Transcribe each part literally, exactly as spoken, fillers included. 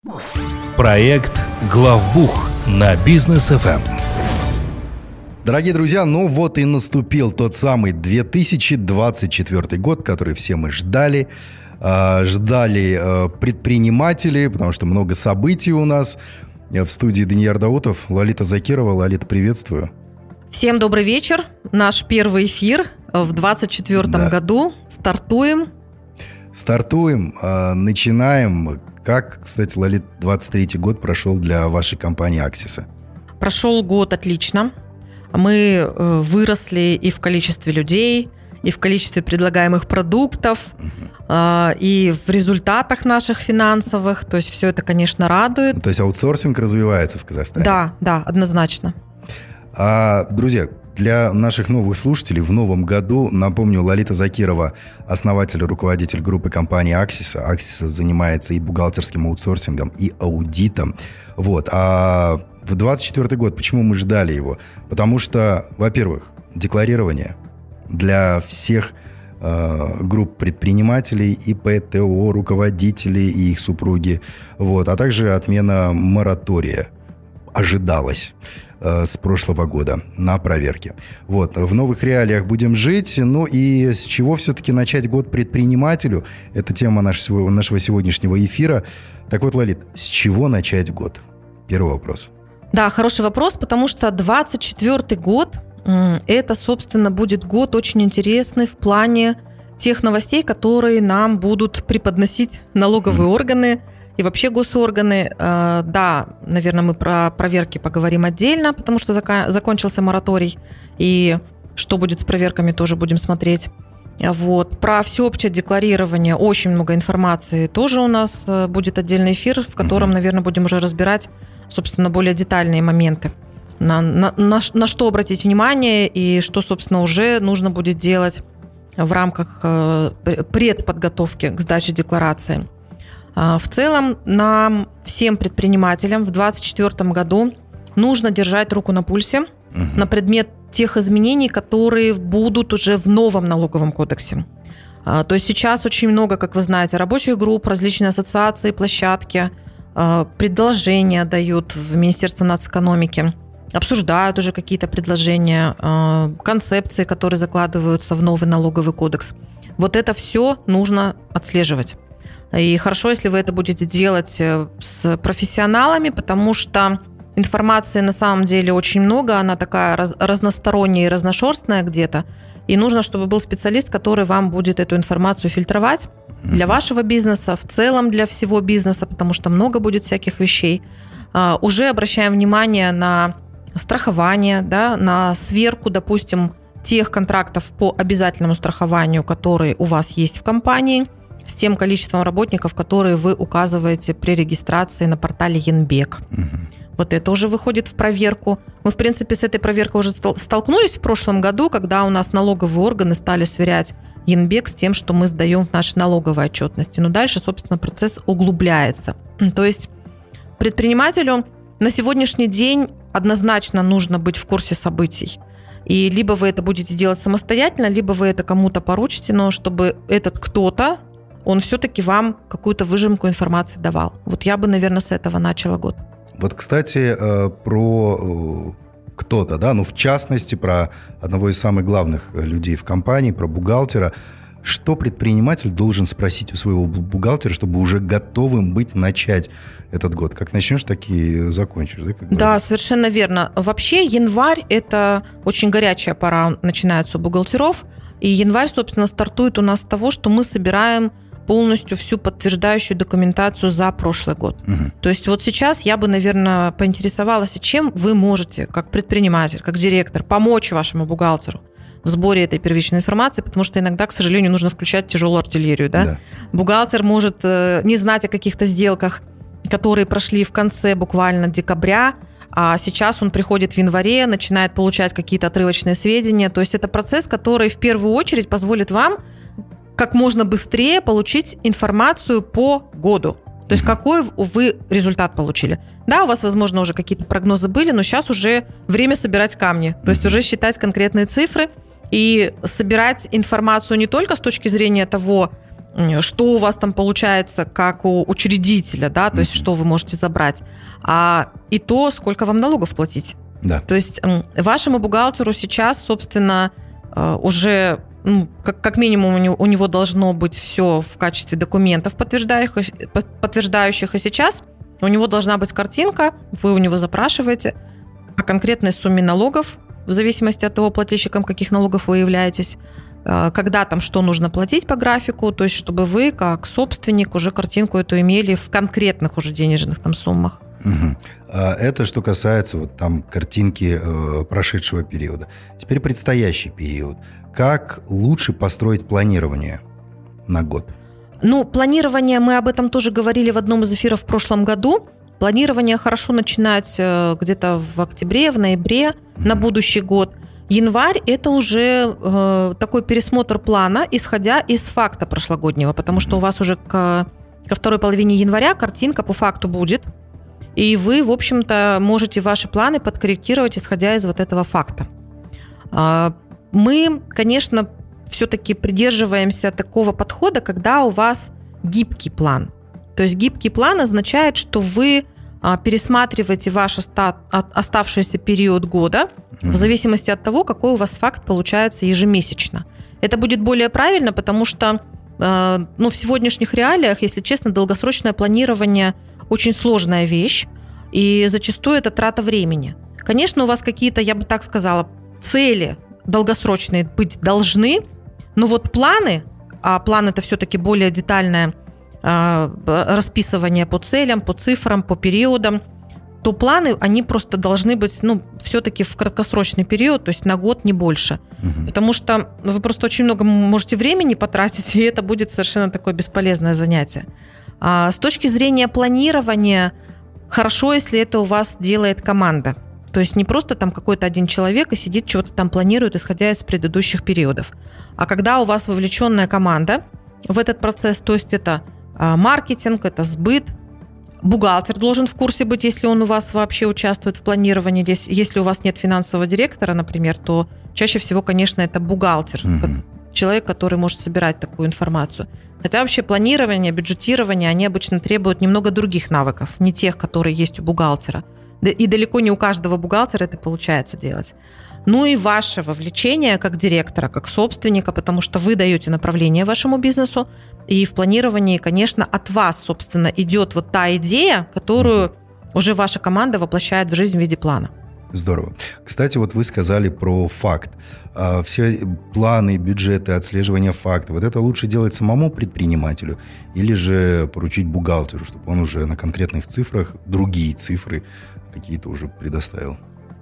Проект «Главбух» на Бизнес эф эм. Дорогие друзья, ну вот и наступил тот самый две тысячи двадцать четвёртый год, который все мы ждали. Э, ждали э, предприниматели, потому что много событий у нас. В студии Данияр Даутов, Лолита Закирова. Лолита, приветствую. Всем добрый вечер. Наш первый эфир в двадцать четвёртом да. году. Стартуем. Стартуем, э, начинаем. Как, кстати, Лолит, двадцать третий год прошел для вашей компании «Аксиса»? Прошел год отлично. Мы э, выросли и в количестве людей, и в количестве предлагаемых продуктов, угу. э, и в результатах наших финансовых. То есть все это, конечно, радует. Ну, то есть аутсорсинг развивается в Казахстане? Да, да, однозначно. А, друзья, для наших новых слушателей в новом году, напомню, Лолита Закирова, основатель и руководитель группы компании «Аксиса». «Аксиса» занимается и бухгалтерским аутсорсингом, и аудитом. Вот. А в двадцать четвёртый год, почему мы ждали его? Потому что, во-первых, декларирование для всех э, групп предпринимателей, ИП, ТО, руководителей и их супруги, вот, а также отмена моратория ожидалась э, с прошлого года на проверке. Вот, в новых реалиях будем жить. Ну и с чего все-таки начать год предпринимателю? Это тема нашего, нашего сегодняшнего эфира. Так вот, Лолит, с чего начать год? Первый вопрос. Да, хороший вопрос, потому что двадцать четвёртый год – это, собственно, будет год очень интересный в плане тех новостей, которые нам будут преподносить налоговые mm. органы и вообще госорганы. Да, наверное, мы про проверки поговорим отдельно, потому что закончился мораторий, и что будет с проверками, тоже будем смотреть. Вот. Про всеобщее декларирование очень много информации. Тоже у нас будет отдельный эфир, в котором, mm. наверное, будем уже разбирать, собственно, более детальные моменты. На, на, на, на что обратить внимание и что, собственно, уже нужно будет делать в рамках э, предподготовки к сдаче декларации. Э, в целом, нам, всем предпринимателям в двадцать четвёртом году нужно держать руку на пульсе угу. на предмет тех изменений, которые будут уже в новом налоговом кодексе. Э, то есть сейчас очень много, как вы знаете, рабочих групп, различные ассоциации, площадки, э, предложения дают в Министерство нацэкономики. Обсуждают уже какие-то предложения, концепции, которые закладываются в новый налоговый кодекс. Вот это все нужно отслеживать. И хорошо, если вы это будете делать с профессионалами, потому что информации на самом деле очень много, она такая разносторонняя и разношерстная где-то. И нужно, чтобы был специалист, который вам будет эту информацию фильтровать для вашего бизнеса, в целом для всего бизнеса, потому что много будет всяких вещей. Уже обращаем внимание на страхование, да, на сверку, допустим, тех контрактов по обязательному страхованию, которые у вас есть в компании, с тем количеством работников, которые вы указываете при регистрации на портале Енбек. Угу. Вот это уже выходит в проверку. Мы, в принципе, с этой проверкой уже столкнулись в прошлом году, когда у нас налоговые органы стали сверять Енбек с тем, что мы сдаем в нашей налоговой отчетности. Но дальше, собственно, процесс углубляется. То есть предпринимателю на сегодняшний день однозначно нужно быть в курсе событий. И либо вы это будете делать самостоятельно, либо вы это кому-то поручите, но чтобы этот кто-то, он все-таки вам какую-то выжимку информации давал. Вот я бы, наверное, с этого начала год. Вот, кстати, про кто-то, да, ну, в частности, про одного из самых главных людей в компании, про бухгалтера. Что предприниматель должен спросить у своего бухгалтера, чтобы уже готовым быть начать этот год? Как начнешь, так и закончишь. Да, как да, совершенно верно. Вообще январь – это очень горячая пора, начинается у бухгалтеров. И январь, собственно, стартует у нас с того, что мы собираем полностью всю подтверждающую документацию за прошлый год. Угу. То есть вот сейчас я бы, наверное, поинтересовалась, чем вы можете, как предприниматель, как директор, помочь вашему бухгалтеру в сборе этой первичной информации, потому что иногда, к сожалению, нужно включать тяжелую артиллерию. Да? Да. Бухгалтер может э, не знать о каких-то сделках, которые прошли в конце буквально декабря, а сейчас он приходит в январе, начинает получать какие-то отрывочные сведения. То есть это процесс, который в первую очередь позволит вам как можно быстрее получить информацию по году. То есть какой вы результат получили. Да, у вас, возможно, уже какие-то прогнозы были, но сейчас уже время собирать камни. То есть уже считать конкретные цифры и собирать информацию не только с точки зрения того, что у вас там получается как у учредителя, да, то есть что вы можете забрать, а и то, сколько вам налогов платить. Да. То есть вашему бухгалтеру сейчас, собственно, уже ну, как, как минимум у него, у него должно быть все в качестве документов, подтверждающих, подтверждающих, и сейчас у него должна быть картинка, вы у него запрашиваете о конкретной сумме налогов, в зависимости от того, плательщиком каких налогов вы являетесь, когда там что нужно платить по графику, то есть чтобы вы как собственник уже картинку эту имели в конкретных уже денежных там суммах. Угу. А это что касается вот там картинки э, прошедшего периода. Теперь предстоящий период. Как лучше построить планирование на год? Ну, планирование, мы об этом тоже говорили в одном из эфиров в прошлом году. Планирование хорошо начинать э, где-то в октябре, в ноябре угу. на будущий год. Январь – это уже э, такой пересмотр плана, исходя из факта прошлогоднего, потому что у вас уже к, ко второй половине января картинка по факту будет, и вы, в общем-то, можете ваши планы подкорректировать, исходя из вот этого факта. Э, мы, конечно, все-таки придерживаемся такого подхода, когда у вас гибкий план. То есть гибкий план означает, что вы пересматриваете ваш оставшийся период года mm-hmm. в зависимости от того, какой у вас факт получается ежемесячно. Это будет более правильно, потому что ну, в сегодняшних реалиях, если честно, долгосрочное планирование очень сложная вещь, и зачастую это трата времени. Конечно, у вас какие-то, я бы так сказала, цели долгосрочные быть должны, но вот планы, а план это все-таки более детальное расписывание по целям, по цифрам, по периодам, то планы, они просто должны быть, ну, все-таки в краткосрочный период, то есть на год, не больше. Угу. Потому что вы просто очень много можете времени потратить, и это будет совершенно такое бесполезное занятие. А с точки зрения планирования, хорошо, если это у вас делает команда. То есть не просто там какой-то один человек и сидит, чего-то там планирует, исходя из предыдущих периодов. А когда у вас вовлеченная команда в этот процесс, то есть это маркетинг, это сбыт. Бухгалтер должен в курсе быть, если он у вас вообще участвует в планировании. Если у вас нет финансового директора, например, то чаще всего, конечно, это бухгалтер, mm-hmm. человек, который может собирать такую информацию. Хотя вообще планирование, бюджетирование, они обычно требуют немного других навыков, не тех, которые есть у бухгалтера. И далеко не у каждого бухгалтера это получается делать. Ну и ваше вовлечение как директора, как собственника, потому что вы даете направление вашему бизнесу, и в планировании, конечно, от вас, собственно, идет вот та идея, которую уже ваша команда воплощает в жизнь в виде плана. Здорово. Кстати, вот вы сказали про факт. Все планы, бюджеты, отслеживание факта, вот это лучше делать самому предпринимателю или же поручить бухгалтеру, чтобы он уже на конкретных цифрах, другие цифры какие-то уже предоставил?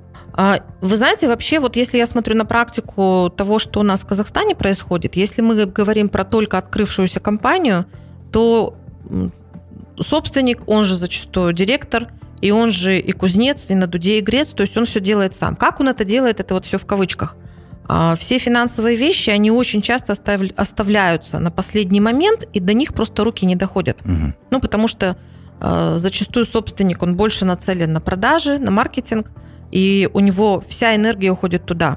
Вы знаете, вообще, вот если я смотрю на практику того, что у нас в Казахстане происходит, если мы говорим про только открывшуюся компанию, то собственник, он же зачастую директор, и он же и кузнец, и на дуде и грец, то есть он все делает сам. Как он это делает, это вот все в кавычках. Все финансовые вещи, они очень часто оставляются на последний момент, и до них просто руки не доходят. Угу. Ну, потому что зачастую собственник, он больше нацелен на продажи, на маркетинг, и у него вся энергия уходит туда.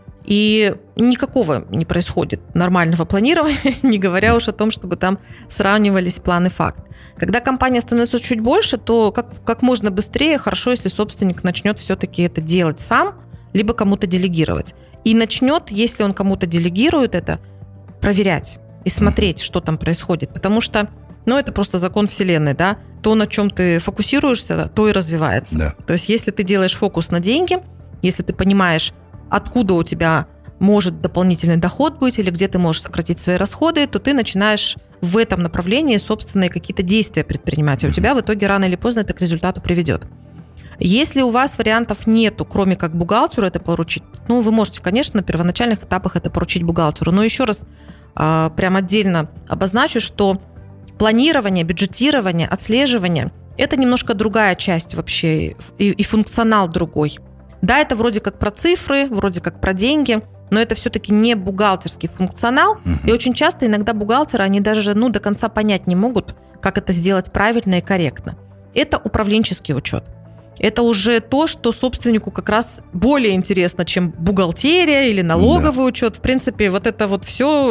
И никакого не происходит нормального планирования, не говоря уж о том, чтобы там сравнивались план и факт. Когда компания становится чуть больше, то как, как можно быстрее, хорошо, если собственник начнет все-таки это делать сам, либо кому-то делегировать. И начнет, если он кому-то делегирует это, проверять и смотреть, что там происходит. Потому что, ну, это просто закон вселенной, да? То, на чем ты фокусируешься, то и развивается. Да. То есть, если ты делаешь фокус на деньги, если ты понимаешь, откуда у тебя может дополнительный доход быть или где ты можешь сократить свои расходы, то ты начинаешь в этом направлении собственные какие-то действия предпринимать. И у тебя в итоге рано или поздно это к результату приведет. Если у вас вариантов нету, кроме как бухгалтеру это поручить, ну, вы можете, конечно, на первоначальных этапах это поручить бухгалтеру. Но еще раз э, прям отдельно обозначу, что планирование, бюджетирование, отслеживание – это немножко другая часть вообще и, и функционал другой. Да, это вроде как про цифры, вроде как про деньги, но это все-таки не бухгалтерский функционал. Uh-huh. И очень часто иногда бухгалтеры, они даже ну, до конца понять не могут, как это сделать правильно и корректно. Это управленческий учет. Это уже то, что собственнику как раз более интересно, чем бухгалтерия или налоговый да. учет. В принципе, вот это вот все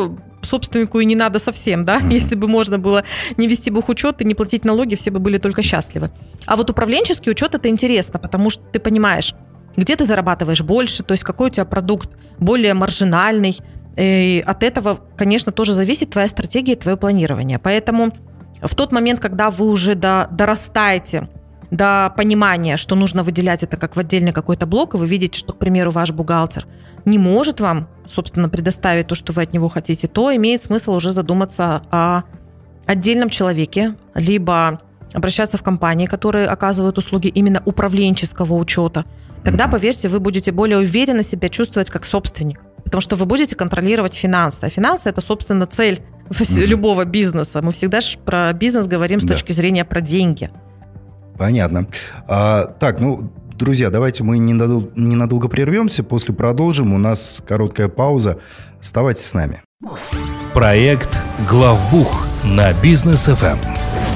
собственнику и не надо совсем, да, mm-hmm. если бы можно было не вести бухучет и не платить налоги, все бы были только счастливы. А вот управленческий учет – это интересно, потому что ты понимаешь, где ты зарабатываешь больше, то есть какой у тебя продукт более маржинальный, и от этого, конечно, тоже зависит твоя стратегия и твое планирование. Поэтому в тот момент, когда вы уже до, дорастаете до понимания, что нужно выделять это как в отдельный какой-то блок, и вы видите, что, к примеру, ваш бухгалтер не может вам, собственно, предоставить то, что вы от него хотите, то имеет смысл уже задуматься о отдельном человеке, либо обращаться в компании, которые оказывают услуги именно управленческого учета. Тогда, поверьте, вы будете более уверенно себя чувствовать как собственник, потому что вы будете контролировать финансы. А финансы – это, собственно, цель mm-hmm. любого бизнеса. Мы всегда же про бизнес говорим с да. точки зрения про деньги. Понятно. А, так, ну, друзья, давайте мы ненадолго, ненадолго прервемся, после продолжим. У нас короткая пауза. Оставайтесь с нами. Проект «Главбух» на Бизнес эф эм.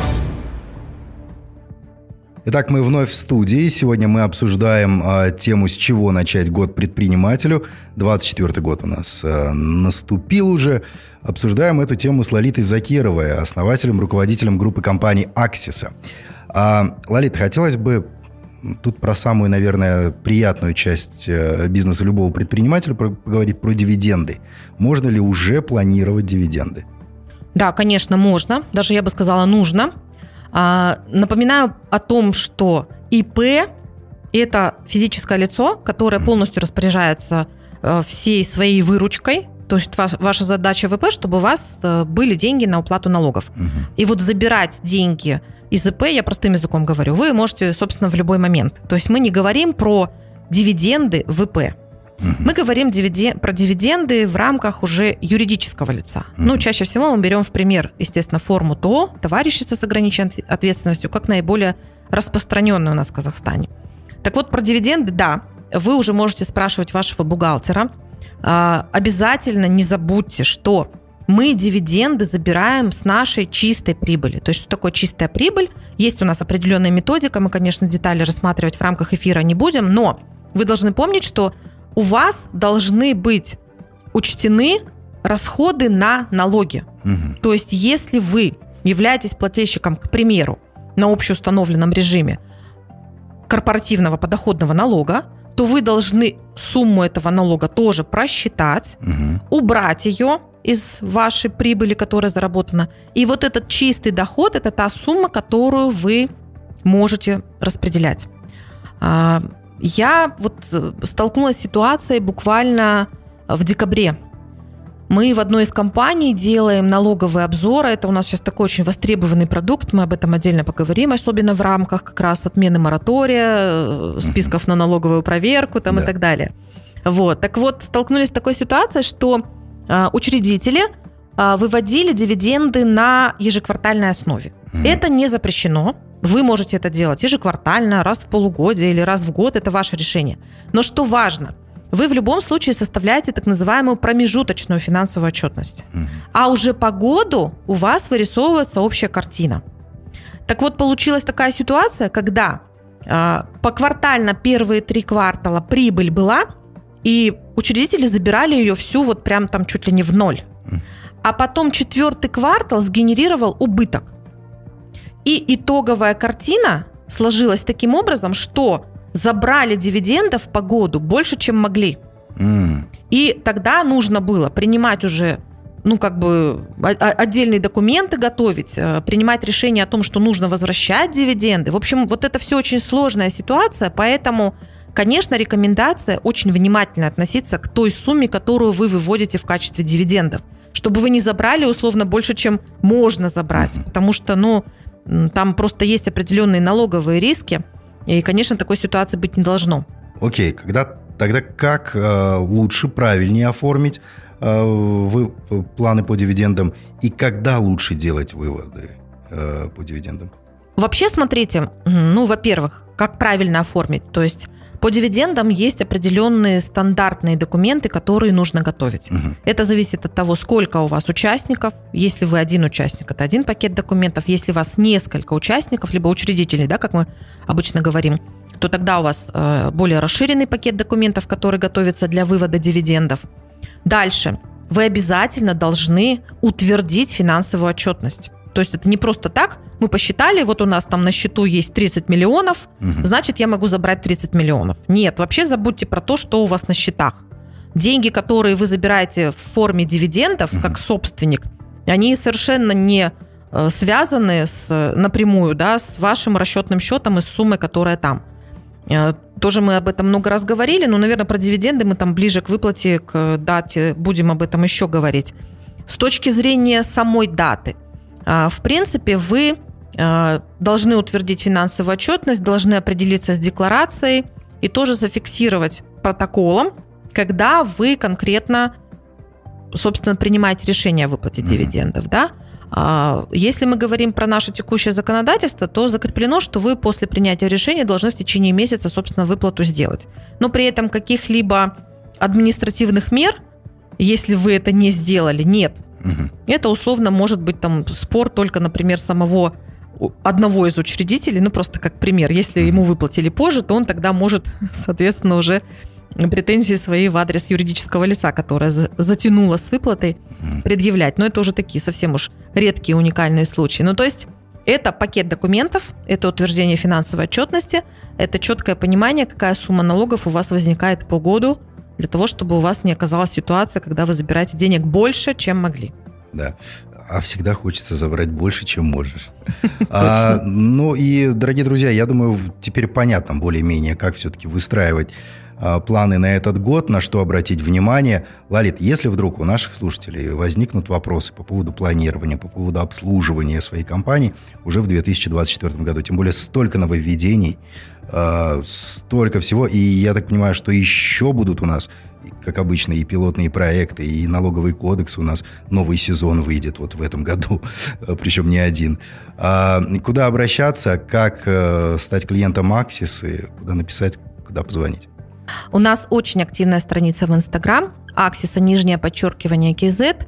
Итак, мы вновь в студии. Сегодня мы обсуждаем а, тему, с чего начать год предпринимателю. двадцать четвёртый год у нас а, наступил уже. Обсуждаем эту тему с Лолитой Закировой, основателем, руководителем группы компаний «Аксиса». А, Лолита, хотелось бы тут про самую, наверное, приятную часть бизнеса любого предпринимателя поговорить про дивиденды. Можно ли уже планировать дивиденды? Да, конечно, можно. Даже, я бы сказала, нужно. А, напоминаю о том, что ИП – это физическое лицо, которое полностью распоряжается всей своей выручкой. То есть ваша задача в ИП, чтобы у вас были деньги на уплату налогов. Угу. И вот забирать деньги из ИП, я простым языком говорю, вы можете, собственно, в любой момент. То есть мы не говорим про дивиденды в ИП. Угу. Мы говорим дивиден... про дивиденды в рамках уже юридического лица. Угу. Ну, чаще всего мы берем в пример, естественно, форму ТО, товарищество с ограниченной ответственностью, как наиболее распространенную у нас в Казахстане. Так вот, про дивиденды, да, вы уже можете спрашивать вашего бухгалтера. А, обязательно не забудьте, что мы дивиденды забираем с нашей чистой прибыли. То есть, что такое чистая прибыль? Есть у нас определенная методика, мы, конечно, детали рассматривать в рамках эфира не будем, но вы должны помнить, что у вас должны быть учтены расходы на налоги. Угу. То есть, если вы являетесь плательщиком, к примеру, на общеустановленном режиме корпоративного подоходного налога, то вы должны сумму этого налога тоже просчитать, угу. убрать ее из вашей прибыли, которая заработана. И вот этот чистый доход – это та сумма, которую вы можете распределять. Я вот столкнулась с ситуацией буквально в декабре. Мы в одной из компаний делаем налоговые обзоры. Это у нас сейчас такой очень востребованный продукт. Мы об этом отдельно поговорим, особенно в рамках как раз отмены моратория, списков на налоговую проверку там, да. и так далее. Вот. Так вот, столкнулись с такой ситуацией, что э, учредители э, выводили дивиденды на ежеквартальной основе. Mm-hmm. Это не запрещено. Вы можете это делать ежеквартально, раз в полугодие или раз в год. Это ваше решение. Но что важно – вы в любом случае составляете так называемую промежуточную финансовую отчетность. Mm-hmm. А уже по году у вас вырисовывается общая картина. Так вот, получилась такая ситуация, когда э, поквартально первые три квартала прибыль была, и учредители забирали ее всю вот прям там чуть ли не в ноль. Mm-hmm. А потом четвертый квартал сгенерировал убыток. И итоговая картина сложилась таким образом, что забрали дивидендов по году больше, чем могли. Mm. И тогда нужно было принимать уже, ну, как бы, отдельные документы готовить, принимать решение о том, что нужно возвращать дивиденды. В общем, вот это все очень сложная ситуация, поэтому, конечно, рекомендация очень внимательно относиться к той сумме, которую вы выводите в качестве дивидендов, чтобы вы не забрали, условно, больше, чем можно забрать, mm-hmm. потому что, ну, там просто есть определенные налоговые риски, и, конечно, такой ситуации быть не должно. Окей, когда, тогда как э, лучше, правильнее оформить э, вы, планы по дивидендам и когда лучше делать выводы э, по дивидендам? Вообще, смотрите, ну, во-первых, как правильно оформить. То есть по дивидендам есть определенные стандартные документы, которые нужно готовить. Угу. Это зависит от того, сколько у вас участников. Если вы один участник, это один пакет документов. Если у вас несколько участников, либо учредителей, да, как мы обычно говорим, то тогда у вас э, более расширенный пакет документов, который готовится для вывода дивидендов. Дальше. вы обязательно должны утвердить финансовую отчетность. То есть это не просто так, мы посчитали, вот у нас там на счету есть тридцать миллионов, угу. значит, я могу забрать тридцать миллионов. Нет, вообще забудьте про то, что у вас на счетах. Деньги, которые вы забираете в форме дивидендов, угу. как собственник, они совершенно не связаны с, напрямую, да, с вашим расчетным счетом и с суммой, которая там. Тоже мы об этом много раз говорили, но, наверное, про дивиденды мы там ближе к выплате, к дате будем об этом еще говорить. С точки зрения самой даты, в принципе, вы должны утвердить финансовую отчетность, должны определиться с декларацией и тоже зафиксировать протоколом, когда вы конкретно, собственно, принимаете решение о выплате mm-hmm. дивидендов, да? Если мы говорим про наше текущее законодательство, то закреплено, что вы после принятия решения должны в течение месяца, собственно, выплату сделать. Но при этом каких-либо административных мер, если вы это не сделали, нет. Угу. Это условно может быть там спор только, например, самого одного из учредителей, ну просто как пример. Если ему выплатили позже, то он тогда может, соответственно, уже претензии свои в адрес юридического лица, которое затянуло с выплатой, предъявлять. Но это уже такие совсем уж редкие уникальные случаи. Ну, то есть это пакет документов, это утверждение финансовой отчетности, это четкое понимание, какая сумма налогов у вас возникает по году, для того, чтобы у вас не оказалась ситуация, когда вы забираете денег больше, чем могли. Да. А всегда хочется забрать больше, чем можешь. а, ну и, дорогие друзья, я думаю, теперь понятно более-менее, как все-таки выстраивать а, планы на этот год, на что обратить внимание. Лолит, если вдруг у наших слушателей возникнут вопросы по поводу планирования, по поводу обслуживания своей компании уже в две тысячи двадцать четвёртом году, тем более столько нововведений, а, столько всего, и я так понимаю, что еще будут у нас, как обычно, и пилотные проекты, и налоговый кодекс у нас, новый сезон выйдет вот в этом году, причем не один. А куда обращаться, как стать клиентом Аксис, и куда написать, куда позвонить? У нас очень активная страница в Инстаграм, Аксиса, нижнее подчеркивание, кей зет.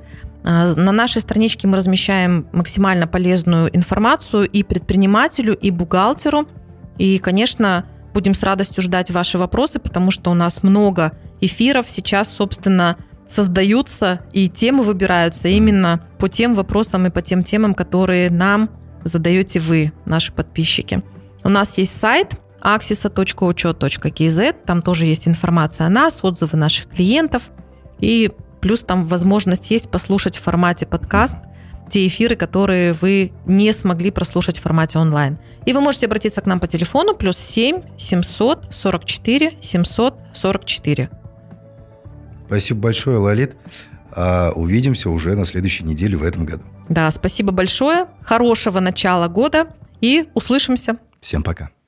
На нашей страничке мы размещаем максимально полезную информацию и предпринимателю, и бухгалтеру. И, конечно, будем с радостью ждать ваши вопросы, потому что у нас много эфиров сейчас, собственно, создаются, и темы выбираются именно по тем вопросам и по тем темам, которые нам задаете вы, наши подписчики. У нас есть сайт аксиса точка учет точка кей зет, там тоже есть информация о нас, отзывы наших клиентов, и плюс там возможность есть послушать в формате подкаст те эфиры, которые вы не смогли прослушать в формате онлайн. И вы можете обратиться к нам по телефону плюс семь семьсот сорок четыре семьсот сорок четыре. Спасибо большое, Лолит. А, увидимся уже на следующей неделе в этом году. Да, спасибо большое. Хорошего начала года и услышимся. Всем пока.